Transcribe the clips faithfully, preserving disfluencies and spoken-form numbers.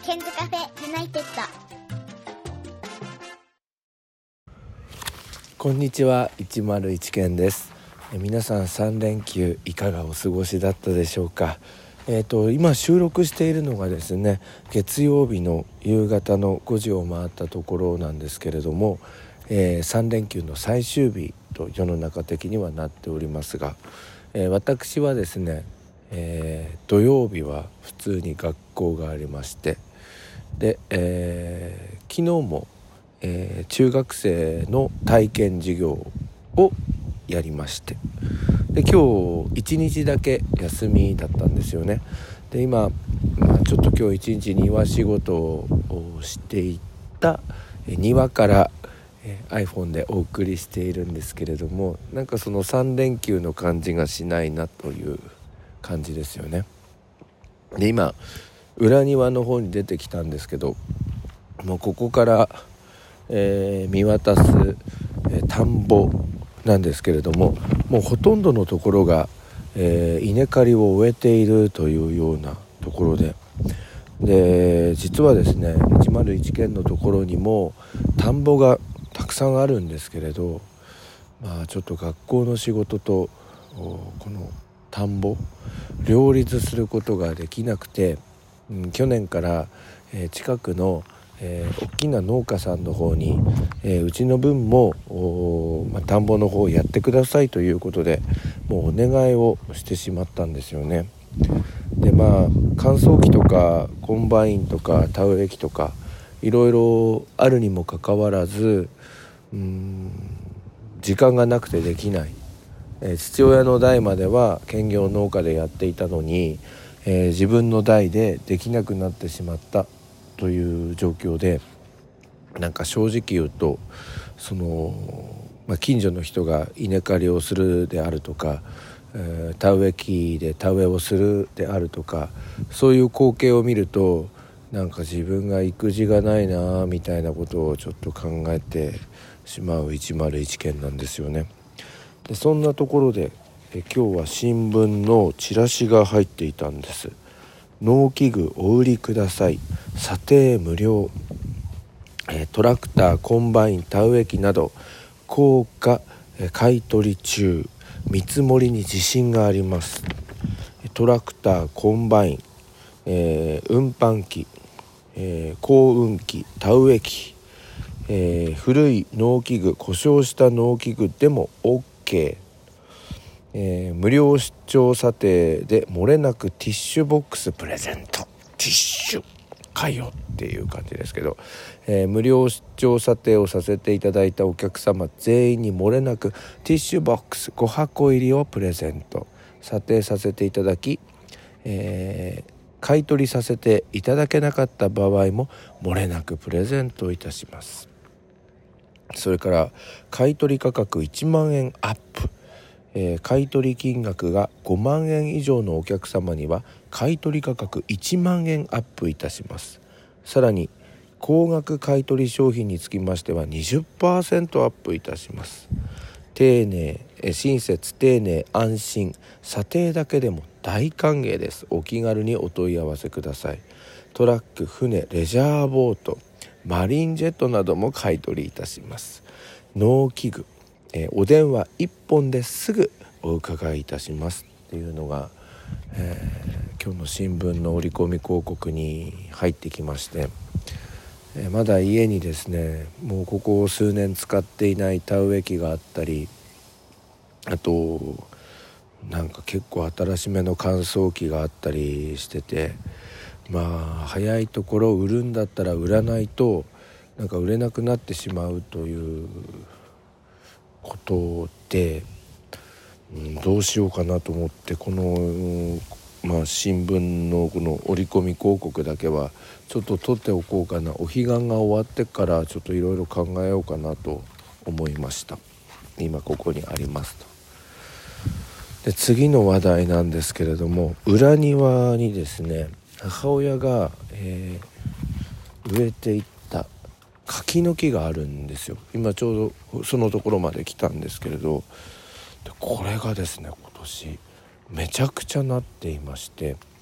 ケンズカフェユナイテッド。 こんにちは、いちまるいちケンです。え皆さんさん連休いかがお過ごしだったでしょうか。えーと、今収録しているのがですね、月曜日の夕方のごじを回ったところなんですけれども、えー、さん連休の最終日と世の中的にはなっておりますが、えー、私はですね、えー、土曜日は普通に学校がありまして、で、えー、昨日も、えー、中学生の体験授業をやりまして、で今日いちにちだけ休みだったんですよね。で今、まあ、ちょっと今日一日庭仕事をしていた庭からえー、iPhone でお送りしているんですけれども、なんかそのさん連休の感じがしないなという感じですよね。で今裏庭の方に出てきたんですけど、もうここから、えー、見渡す、えー、田んぼなんですけれども、もうほとんどのところが、えー、稲刈りを終えているというようなところで、で実はですね、いちまるいちケンのところにも田んぼがたくさんあるんですけれど、まあちょっと学校の仕事とこの田んぼ両立することができなくて、うん、去年から、えー、近くの、えー、大きな農家さんの方に、えー、うちの分も、まあ、田んぼの方をやってくださいということで、もうお願いをしてしまったんですよね。でまあ乾燥機とかコンバインとか田植え機とかいろいろあるにもかかわらず、うーん時間がなくてできない、えー、父親の代までは兼業農家でやっていたのに、えー、自分の代でできなくなってしまったという状況で、なんか正直言うとその、まあ、近所の人が稲刈りをするであるとか、えー、田植え機で田植えをするであるとか、そういう光景を見るとなんか自分が育児がないなみたいなことをちょっと考えてしまういちまるいちケンなんですよね。でそんなところでえ今日は新聞のチラシが入っていたんです。農機具お売りください、査定無料、えトラクターコンバイン田植え機など高価買取中、見積もりに自信があります。トラクターコンバイン、えー、運搬機、えー、耕運機田植え機、えー、古い農機具故障した農機具でも OK、えー、無料出張査定で漏れなくティッシュボックスプレゼント。ティッシュかよっていう感じですけど、えー、無料出張査定をさせていただいたお客様全員に漏れなくティッシュボックスご箱入りをプレゼント。査定させていただき、えー、買い取りさせていただけなかった場合も漏れなくプレゼントいたします。それから買い取り価格いちまんえんアップ、えー、買い取り金額がごまんえん以上のお客様には買い取り価格いちまんえんアップいたします。さらに高額買い取り商品につきましては にじゅっパーセント アップいたします。丁寧、親切、丁寧、安心、査定だけでも大歓迎です。お気軽にお問い合わせください。トラック、船、レジャーボート、マリンジェットなども買い取りいたします。農機具、えー、お電話いっぽんですぐお伺いいたしますっていうのが、えー、今日の新聞の折り込み広告に入ってきまして、えー、まだ家にですね、もうここ数年使っていない田植え機があったり、あとなんか結構新しめの乾燥機があったりしてて、まあ早いところ売るんだったら売らないとなんか売れなくなってしまうということで、うん、どうしようかなと思って、この、まあ、新聞のこの折り込み広告だけはちょっと取っておこうかな。お彼岸が終わってからちょっといろいろ考えようかなと思いました。今ここにありますと。で次の話題なんですけれども、裏庭にですね、母親が、えー、植えていった柿の木があるんですよ。今ちょうどそのところまで来たんですけれど、でこれがですね今年めちゃくちゃなっていまして、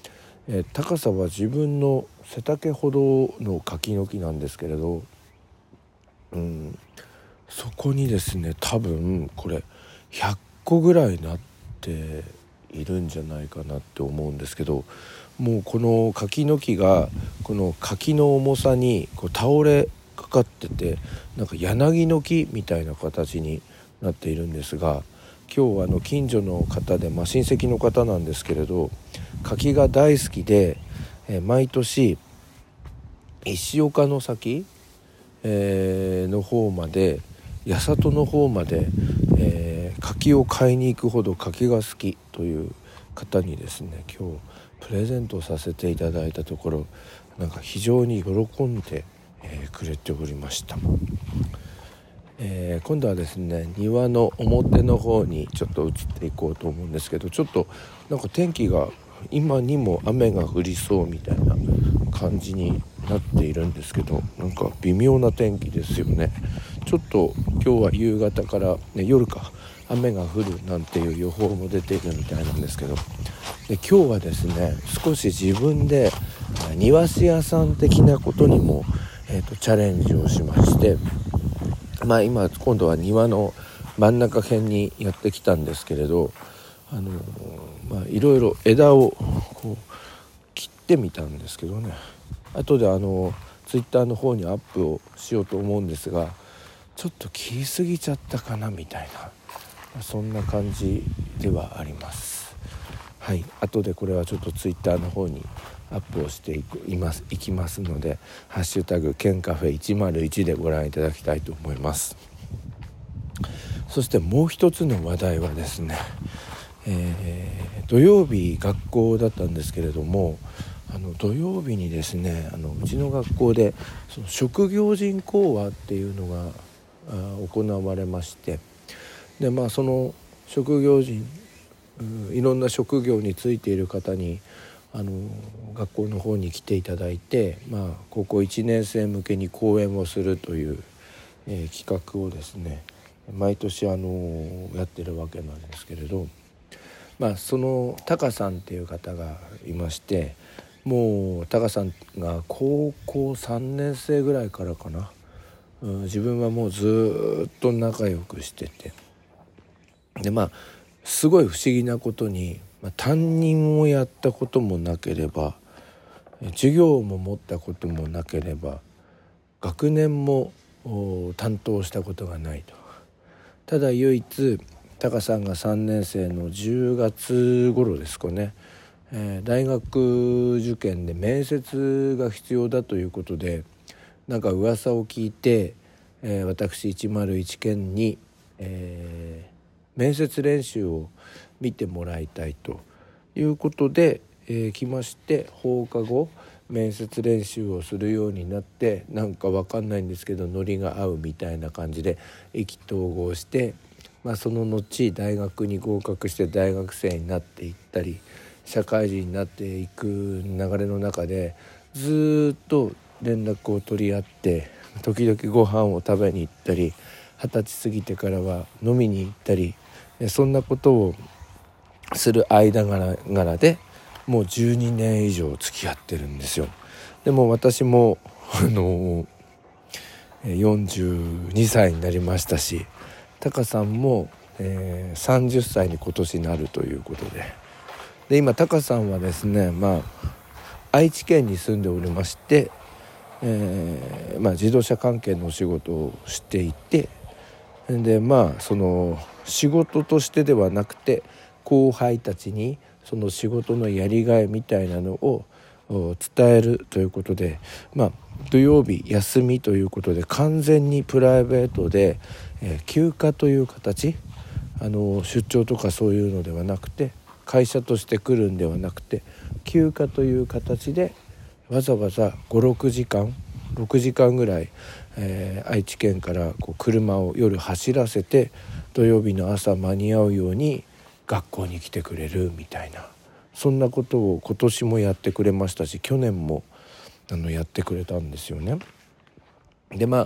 えー、高さは自分の背丈ほどの柿の木なんですけれど、うん、そこにですね多分これひゃっこぐらいなっているんじゃないかなって思うんですけど、もうこの柿の木がこの柿の重さにこう倒れかかってて、なんか柳の木みたいな形になっているんですが、今日あの近所の方で、まあ、親戚の方なんですけれど、柿が大好きで、えー、毎年石岡の先、えー、の方まで八里の方まで、えー、柿を買いに行くほど柿が好きという方にですね今日プレゼントさせていただいたところ、なんか非常に喜んで、えー、くれておりました。えー、今度はですね庭の表の方にちょっと移っていこうと思うんですけど、ちょっとなんか天気が今にも雨が降りそうみたいな感じになっているんですけど、なんか微妙な天気ですよね。ちょっと今日は夕方から、ね、夜か雨が降るなんていう予報も出ているみたいなんですけど、で今日はですね少し自分で庭師屋さん的なことにも、えーと、チャレンジをしまして、まあ今今度は庭の真ん中辺にやってきたんですけれど、あのまあいろいろ枝をこう切ってみたんですけどね、後であのツイッターの方にアップをしようと思うんですが、ちょっと切りすぎちゃったかなみたいな、そんな感じではあります。はい、後でこれはちょっとツイッターの方にアップをしていくいますいきますので、ハッシュタグケンカフェいちまるいちでご覧いただきたいと思います。そしてもう一つの話題はですね、えー、土曜日学校だったんですけれども、あの土曜日にですねあのうちの学校でその職業人講話っていうのが行われまして、でまあその職業人、いろんな職業についている方にあの学校の方に来ていただいて、まあ、高校いちねん生向けに講演をするという、えー、企画をですね毎年あのやってるわけなんですけれど、まあ、そのタカさんっていう方がいまして、もうタカさんが高校さんねん生ぐらいからかな、うん、自分はもうずっと仲良くしてて、でまあすごい不思議なことに、まあ、担任をやったこともなければ授業も持ったこともなければ学年も担当したことがないと。ただ唯一タカさんがさんねん生のじゅうがつ頃ですかね、えー、大学受験で面接が必要だということでなんか噂を聞いて、えー、私いちまるいち県に、えー面接練習を見てもらいたいということで、えー、来まして、放課後面接練習をするようになって、なんかわかんないんですけどノリが合うみたいな感じで意気投合して、まあ、その後大学に合格して大学生になっていったり社会人になっていく流れの中でずっと連絡を取り合って、時々ご飯を食べに行ったり、二十歳過ぎてからは飲みに行ったり、そんなことをする間柄でもうじゅうにねん以上付き合ってるんですよ。でも私もあのよんじゅうにさいになりましたし、タカさんも、えー、さんじゅっさいに今年なるということで、で今タカさんはですね、まあ、愛知県に住んでおりまして、えーまあ、自動車関係のお仕事をしていて、でまあその仕事としてではなくて後輩たちにその仕事のやりがいみたいなのを伝えるということで、まあ土曜日休みということで完全にプライベートで、えー、休暇という形、あの出張とかそういうのではなくて会社として来るんではなくて休暇という形でわざわざごろくじかんろくじかんぐらい、えー、愛知県からこう車を夜走らせて土曜日の朝間に合うように学校に来てくれるみたいな、そんなことを今年もやってくれましたし、去年もあのやってくれたんですよね。でまあ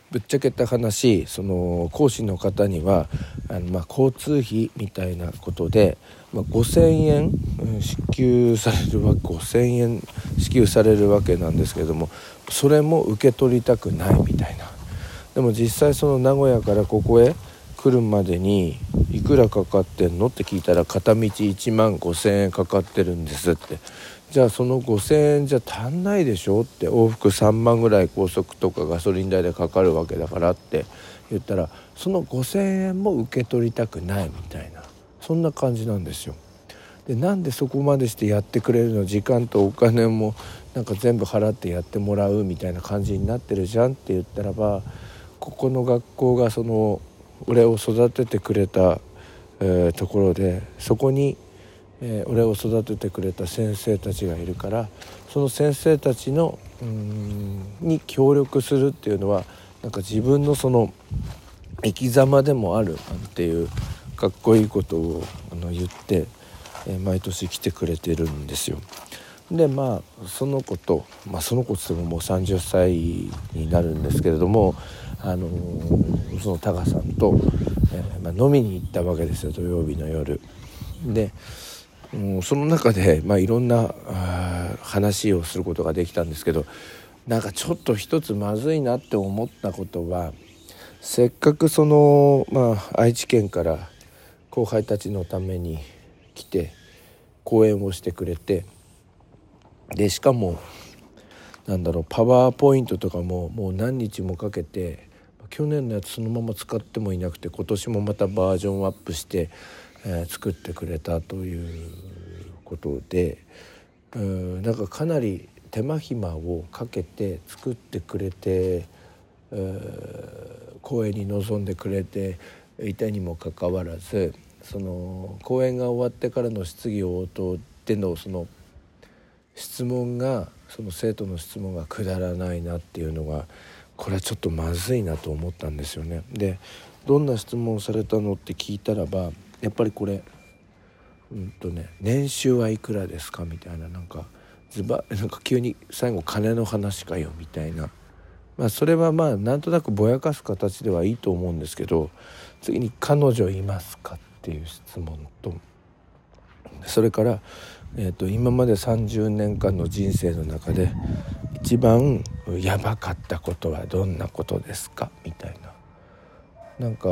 ぶっちゃけた話、その講師の方にはあの、まあ、交通費みたいなことで、まあ、ごせんえん、うん、支給されるわけごせんえん支給されるわけなんですけども、それも受け取りたくないみたいな。でも実際その名古屋からここへ来るまでにいくらかかってんのって聞いたら、片道いちまんごせんえんかかってるんですって。じゃあそのごせんえんじゃ足んないでしょって、往復さんまんぐらい高速とかガソリン代でかかるわけだからって言ったら、そのごせんえんも受け取りたくないみたいな、そんな感じなんですよ。で、なんでそこまでしてやってくれるの、時間とお金もなんか全部払ってやってもらうみたいな感じになってるじゃんって言ったらば、ここの学校がその俺を育ててくれた、えー、ところで、そこにえー、俺を育ててくれた先生たちがいるから、その先生たちのうーんに協力するっていうのは、なんか自分のその生き様でもあるなんていうかっこいいことをあの言って、えー、毎年来てくれてるんですよ。でまあその子と、まあ、その子って言ってももうさんじゅっさいになるんですけれども、あのー、そのタカさんと、えーまあ、飲みに行ったわけですよ、土曜日の夜で。うん、その中で、まあ、いろんな話をすることができたんですけど、なんかちょっと一つまずいなって思ったことは、せっかくその、まあ、愛知県から後輩たちのために来て講演をしてくれて、でしかもなんだろうパワーポイントとかももう何日もかけて、去年のやつそのまま使ってもいなくて、今年もまたバージョンアップしてえー、作ってくれたということで、うーんなんかかなり手間暇をかけて作ってくれて、えー、講演に臨んでくれていたにもかかわらず、その講演が終わってからの質疑応答でのその質問が、その生徒の質問がくだらないなっていうのが、これはちょっとまずいなと思ったんですよね。で、どんな質問されたのって聞いたらば、やっぱりこれ、うんとね、年収はいくらですかみたいな、なんかズバなんか急に最後金の話かよみたいな、まあそれはまあなんとなくぼやかす形ではいいと思うんですけど、次に彼女いますかっていう質問と、それから、えーと、今までさんじゅうねんかんの人生の中で一番やばかったことはどんなことですかみたいな、なんか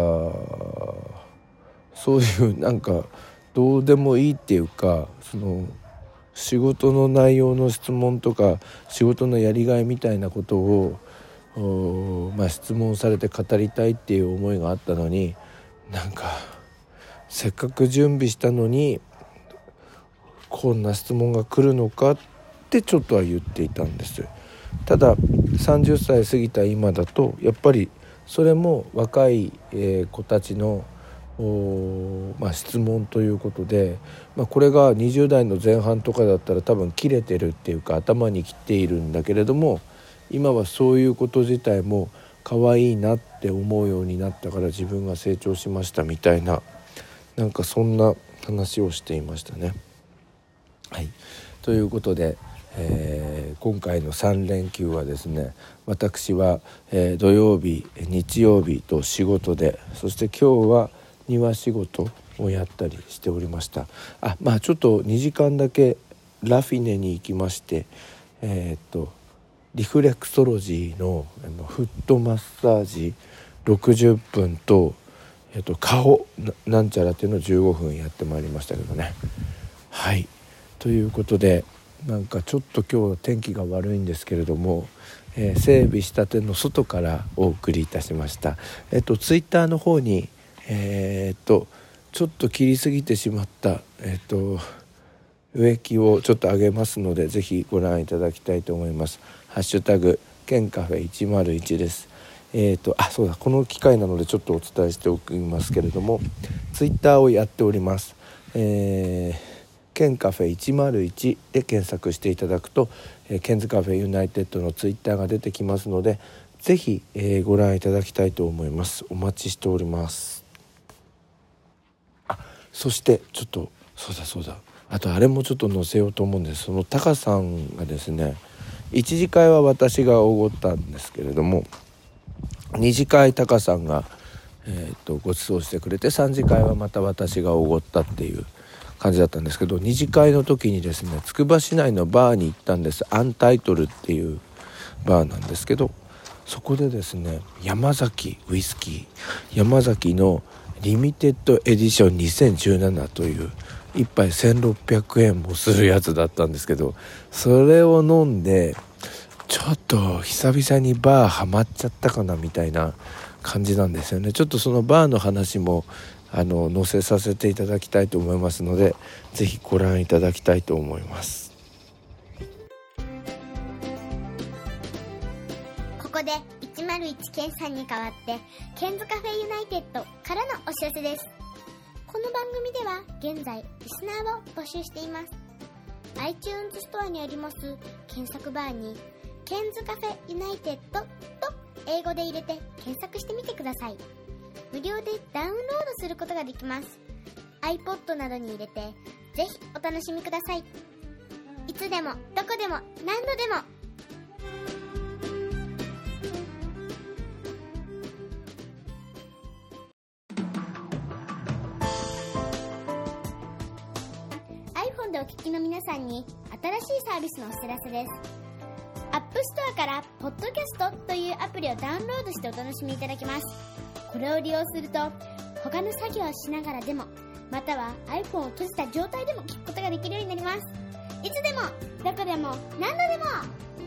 そういうなんかどうでもいいっていうか、その仕事の内容の質問とか仕事のやりがいみたいなことを、まあ、質問されて語りたいっていう思いがあったのに、なんかせっかく準備したのにこんな質問が来るのかってちょっとは言っていたんです。たださんじゅっさい過ぎた今だと、やっぱりそれも若い子たちのまあ、質問ということで、まあ、これがにじゅう代の前半とかだったら多分切れてるっていうか頭にきているんだけれども、今はそういうこと自体も可愛いなって思うようになったから自分が成長しましたみたいな、なんかそんな話をしていましたね。はい、ということで、えー、今回のさん連休はですね、私は、えー、土曜日日曜日と仕事で、そして今日は庭仕事をやったりしておりました。あ、まあちょっとにじかんだけラフィネに行きまして、えー、っとリフレクソロジー の, あのフットマッサージろくじゅっぷんと、えー、っと顔 な, なんちゃらっていうのをじゅうごふんやってまいりましたけどね。はい、ということで、なんかちょっと今日天気が悪いんですけれども、えー、整備したての外からお送りいたしました。えっとツイッターの方にえー、っとちょっと切りすぎてしまった、えー、っと植木をちょっと上げますので、ぜひご覧いただきたいと思います。ハッシュタグケンカフェいちまるいちです。えー、っとあそうだこの機会なのでちょっとお伝えしておきますけれども、ツイッターをやっております。えー、ケンカフェいちまるいちで検索していただくと、えー、ケンズカフェユナイテッドのツイッターが出てきますので、ぜひ、えー、ご覧いただきたいと思います。お待ちしております。そしてちょっとそうだそうだあとあれもちょっと載せようと思うんです。そのタカさんがですね、一次会は私がおごったんですけれども、 に次会タカさんが、えー、とご馳走してくれて、さん次会はまた私がおごったっていう感じだったんですけど、に次会の時にですね、つくば市内のバーに行ったんです。アンタイトルっていうバーなんですけど、そこでですね、山崎ウイスキー山崎のリミテッドエディションにせんじゅうななといういっぱいせんろっぴゃくえんもするやつだったんですけど、それを飲んでちょっと久々にバーハマっちゃったかなみたいな感じなんですよね。ちょっとそのバーの話もあの載せさせていただきたいと思いますので、ぜひご覧いただきたいと思います。 ここでいちまるいちケンさんに代わってケンズカフェユナイテッドからのお知らせです。この番組では現在リスナーを募集しています。 iTunes ストアにあります検索バーにケンズカフェユナイテッドと英語で入れて検索してみてください。無料でダウンロードすることができます。 iPod などに入れてぜひお楽しみください。いつでもどこでも何度でも。iPhone でお聞きの皆さんに新しいサービスのお知らせです。App Store からポッドキャストというアプリをダウンロードしてお楽しみいただけます。これを利用すると他の作業をしながらでも、または iPhone を閉じた状態でも聞くことができるようになります。いつでもどこでも何度でも。